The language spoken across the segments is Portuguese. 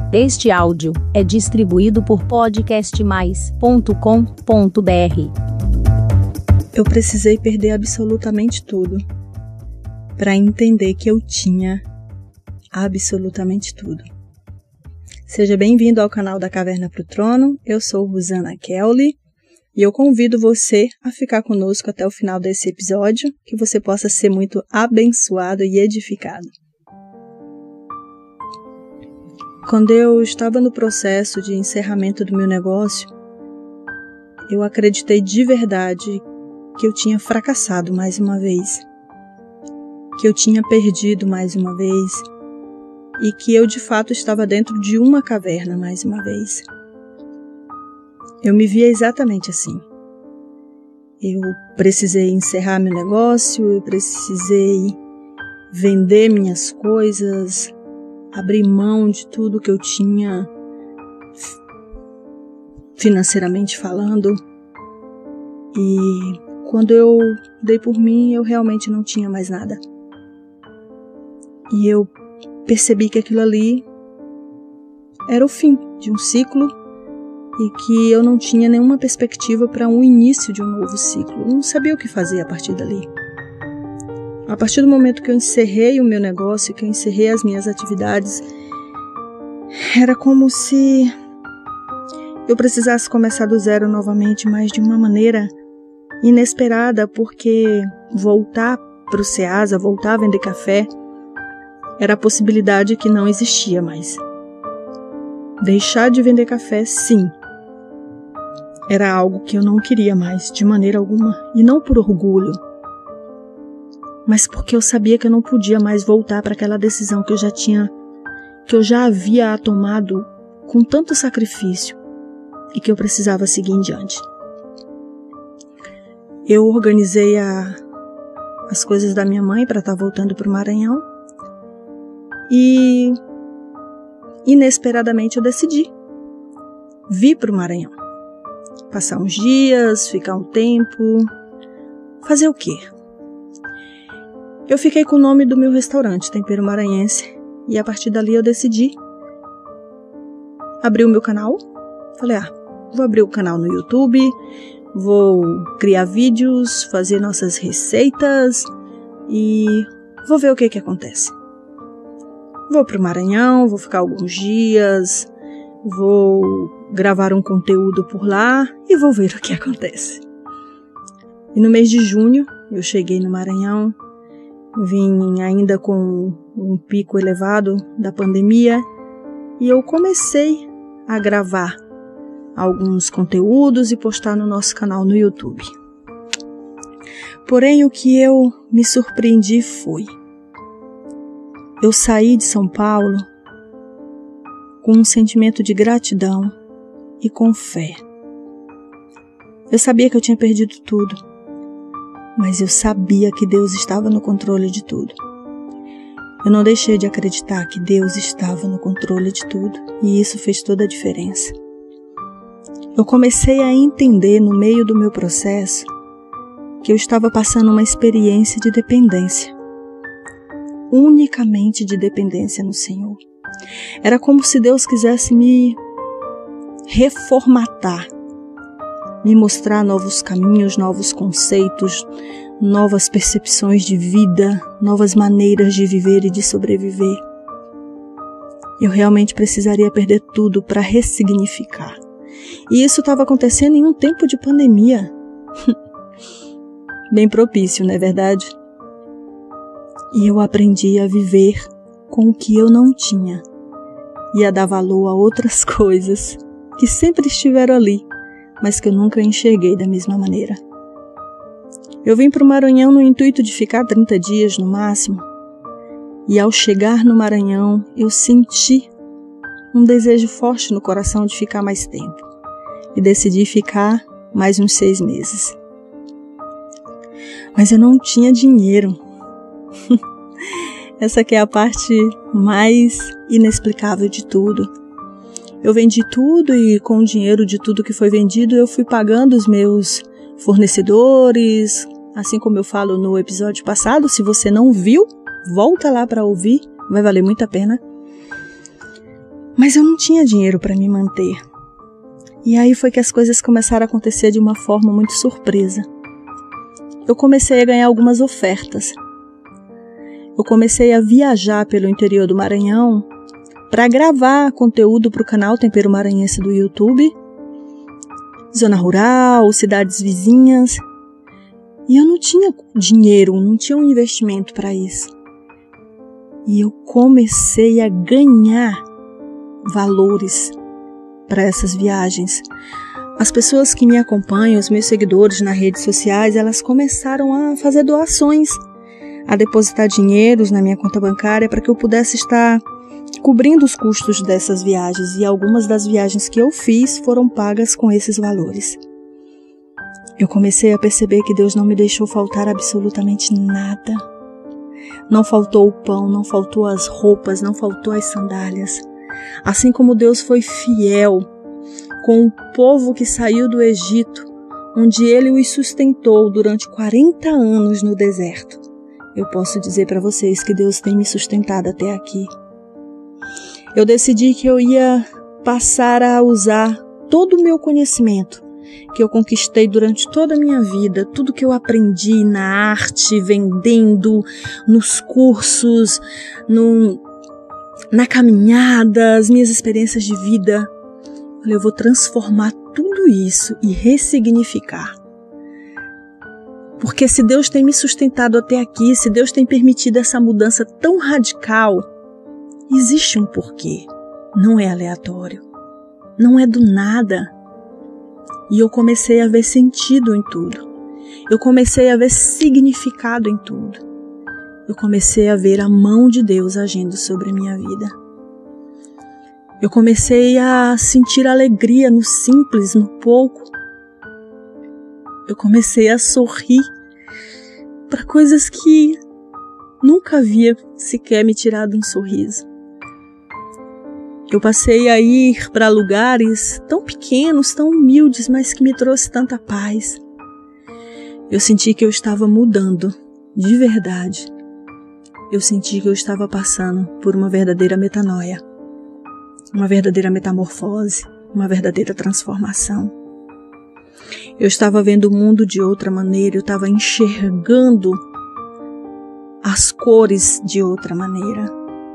Este áudio é distribuído por podcastmais.com.br. Eu precisei perder absolutamente tudo para entender que eu tinha absolutamente tudo. Seja bem-vindo ao canal da Caverna pro Trono. Eu sou Rosana Kelly e eu convido você a ficar conosco até o final desse episódio, que você possa ser muito abençoado e edificado. Quando eu estava no processo de encerramento do meu negócio, eu acreditei de verdade que eu tinha fracassado mais uma vez, que eu tinha perdido mais uma vez e que eu de fato estava dentro de uma caverna mais uma vez. Eu me via exatamente assim. Eu precisei encerrar meu negócio, eu precisei vender minhas coisas, abrir mão de tudo que eu tinha financeiramente falando. E quando eu dei por mim, eu realmente não tinha mais nada. E eu percebi que aquilo ali era o fim de um ciclo e que eu não tinha nenhuma perspectiva para um início de um novo ciclo. Eu não sabia o que fazer a partir dali. A partir do momento que eu encerrei o meu negócio, que eu encerrei as minhas atividades, era como se eu precisasse começar do zero novamente, mas de uma maneira inesperada, porque voltar para o Ceasa, voltar a vender café, era a possibilidade que não existia mais. Deixar de vender café, sim, era algo que eu não queria mais, de maneira alguma, e não por orgulho, mas porque eu sabia que eu não podia mais voltar para aquela decisão que eu já havia tomado com tanto sacrifício e que eu precisava seguir em diante. Eu organizei as coisas da minha mãe para estar voltando para o Maranhão e inesperadamente eu decidi vir para o Maranhão. Passar uns dias, ficar um tempo, fazer o quê? Eu fiquei com o nome do meu restaurante, Tempero Maranhense, e a partir dali eu decidi abrir o meu canal. Falei, vou abrir o canal no YouTube, vou criar vídeos, fazer nossas receitas e vou ver o que acontece. Vou para o Maranhão, vou ficar alguns dias, vou gravar um conteúdo por lá e vou ver o que acontece. E no mês de junho eu cheguei no Maranhão, vim ainda com um pico elevado da pandemia e eu comecei a gravar alguns conteúdos e postar no nosso canal no YouTube. Porém, o que eu me surpreendi foi: eu saí de São Paulo com um sentimento de gratidão e com fé. Eu sabia que eu tinha perdido tudo, mas eu sabia que Deus estava no controle de tudo. Eu não deixei de acreditar que Deus estava no controle de tudo, e isso fez toda a diferença. Eu comecei a entender no meio do meu processo que eu estava passando uma experiência de dependência, unicamente de dependência no Senhor. Era como se Deus quisesse me reformatar, me mostrar novos caminhos, novos conceitos, novas percepções de vida, novas maneiras de viver e de sobreviver. Eu realmente precisaria perder tudo para ressignificar. E isso estava acontecendo em um tempo de pandemia. Bem propício, não é verdade? E eu aprendi a viver com o que eu não tinha e a dar valor a outras coisas que sempre estiveram ali, mas que eu nunca enxerguei da mesma maneira. Eu vim para o Maranhão no intuito de ficar 30 dias no máximo, e ao chegar no Maranhão eu senti um desejo forte no coração de ficar mais tempo, e decidi ficar mais uns 6 meses. Mas eu não tinha dinheiro. Essa que é a parte mais inexplicável de tudo. Eu vendi tudo e com o dinheiro de tudo que foi vendido eu fui pagando os meus fornecedores, assim como eu falo no episódio passado. Se você não viu, volta lá para ouvir, vai valer muito a pena. Mas eu não tinha dinheiro para me manter. E aí foi que as coisas começaram a acontecer de uma forma muito surpresa. Eu comecei a ganhar algumas ofertas. Eu comecei a viajar pelo interior do Maranhão para gravar conteúdo para o canal Tempero Maranhense do YouTube, zona rural, cidades vizinhas. E eu não tinha dinheiro, não tinha um investimento para isso. E eu comecei a ganhar valores para essas viagens. As pessoas que me acompanham, os meus seguidores nas redes sociais, elas começaram a fazer doações, a depositar dinheiros na minha conta bancária para que eu pudesse estar cobrindo os custos dessas viagens. E algumas das viagens que eu fiz foram pagas com esses valores. Eu comecei a perceber que Deus não me deixou faltar absolutamente nada. Não faltou o pão, não faltou as roupas, não faltou as sandálias. Assim como Deus foi fiel com o povo que saiu do Egito, onde Ele os sustentou durante 40 anos no deserto. Eu posso dizer para vocês que Deus tem me sustentado até aqui. Eu decidi que eu ia passar a usar todo o meu conhecimento que eu conquistei durante toda a minha vida, tudo que eu aprendi na arte, vendendo, nos cursos, na caminhada, as minhas experiências de vida. Eu vou transformar tudo isso e ressignificar. Porque se Deus tem me sustentado até aqui, se Deus tem permitido essa mudança tão radical, existe um porquê. Não é aleatório. Não é do nada. E eu comecei a ver sentido em tudo. Eu comecei a ver significado em tudo. Eu comecei a ver a mão de Deus agindo sobre a minha vida. Eu comecei a sentir alegria no simples, no pouco. Eu comecei a sorrir para coisas que nunca havia sequer me tirado um sorriso. Eu passei a ir para lugares tão pequenos, tão humildes, mas que me trouxe tanta paz. Eu senti que eu estava mudando, de verdade. Eu senti que eu estava passando por uma verdadeira metanoia, uma verdadeira metamorfose, uma verdadeira transformação. Eu estava vendo o mundo de outra maneira, eu estava enxergando as cores de outra maneira,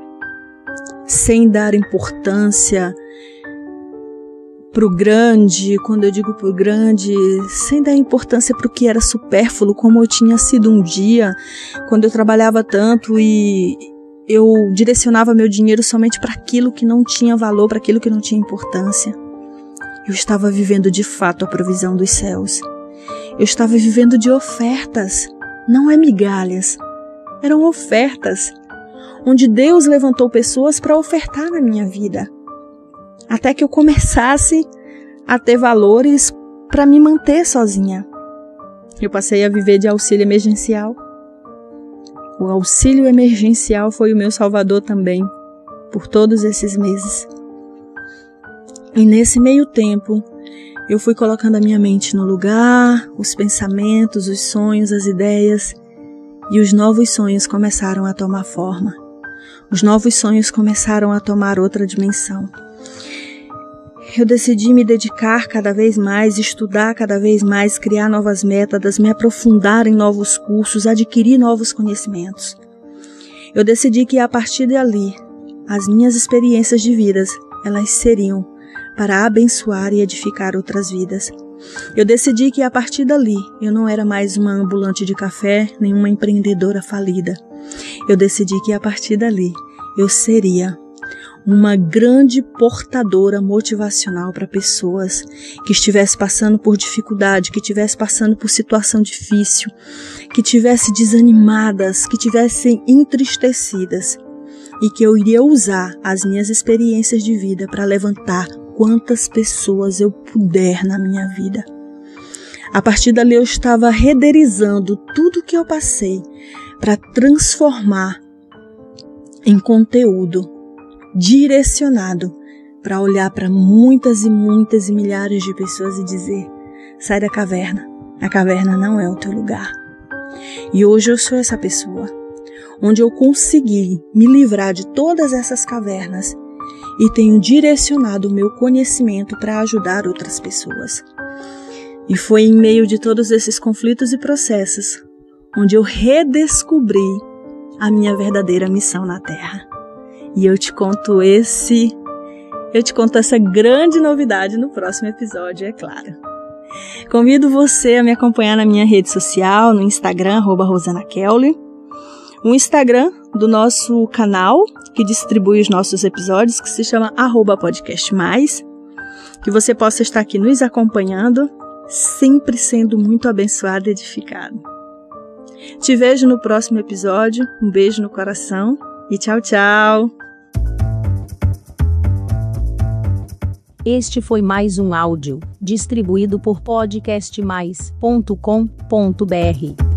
sem dar importância para o grande. Quando eu digo para o grande, sem dar importância para o que era supérfluo, como eu tinha sido um dia, quando eu trabalhava tanto e eu direcionava meu dinheiro somente para aquilo que não tinha valor, para aquilo que não tinha importância. Eu estava vivendo de fato a provisão dos céus. Eu estava vivendo de ofertas, não é migalhas, eram ofertas, onde Deus levantou pessoas para ofertar na minha vida, até que eu começasse a ter valores para me manter sozinha. Eu passei a viver de auxílio emergencial. O auxílio emergencial foi o meu salvador também, por todos esses meses. E nesse meio tempo, eu fui colocando a minha mente no lugar, os pensamentos, os sonhos, as ideias, e os novos sonhos começaram a tomar forma. Os novos sonhos começaram a tomar outra dimensão. Eu decidi me dedicar cada vez mais, estudar cada vez mais, criar novas metas, me aprofundar em novos cursos, adquirir novos conhecimentos. Eu decidi que a partir dali, as minhas experiências de vidas, elas seriam para abençoar e edificar outras vidas. Eu decidi que a partir dali, eu não era mais uma ambulante de café, nem uma empreendedora falida. Eu decidi que a partir dali, eu seria uma grande portadora motivacional para pessoas que estivessem passando por dificuldade, que estivessem passando por situação difícil, que estivessem desanimadas, que estivessem entristecidas, e que eu iria usar as minhas experiências de vida para levantar quantas pessoas eu puder na minha vida. A partir dali eu estava renderizando tudo que eu passei para transformar em conteúdo direcionado para olhar para muitas e muitas e milhares de pessoas e dizer: sai da caverna, a caverna não é o teu lugar. E hoje eu sou essa pessoa, onde eu consegui me livrar de todas essas cavernas e tenho direcionado o meu conhecimento para ajudar outras pessoas. E foi em meio de todos esses conflitos e processos onde eu redescobri a minha verdadeira missão na Terra. E eu te conto essa grande novidade no próximo episódio, é claro. Convido você a me acompanhar na minha rede social, no Instagram, @RosanaKelly, o Instagram do nosso canal, que distribui os nossos episódios, que se chama @podcastmais, que você possa estar aqui nos acompanhando, sempre sendo muito abençoado e edificado. Te vejo no próximo episódio, um beijo no coração e tchau, tchau! Este foi mais um áudio, distribuído por podcastmais.com.br.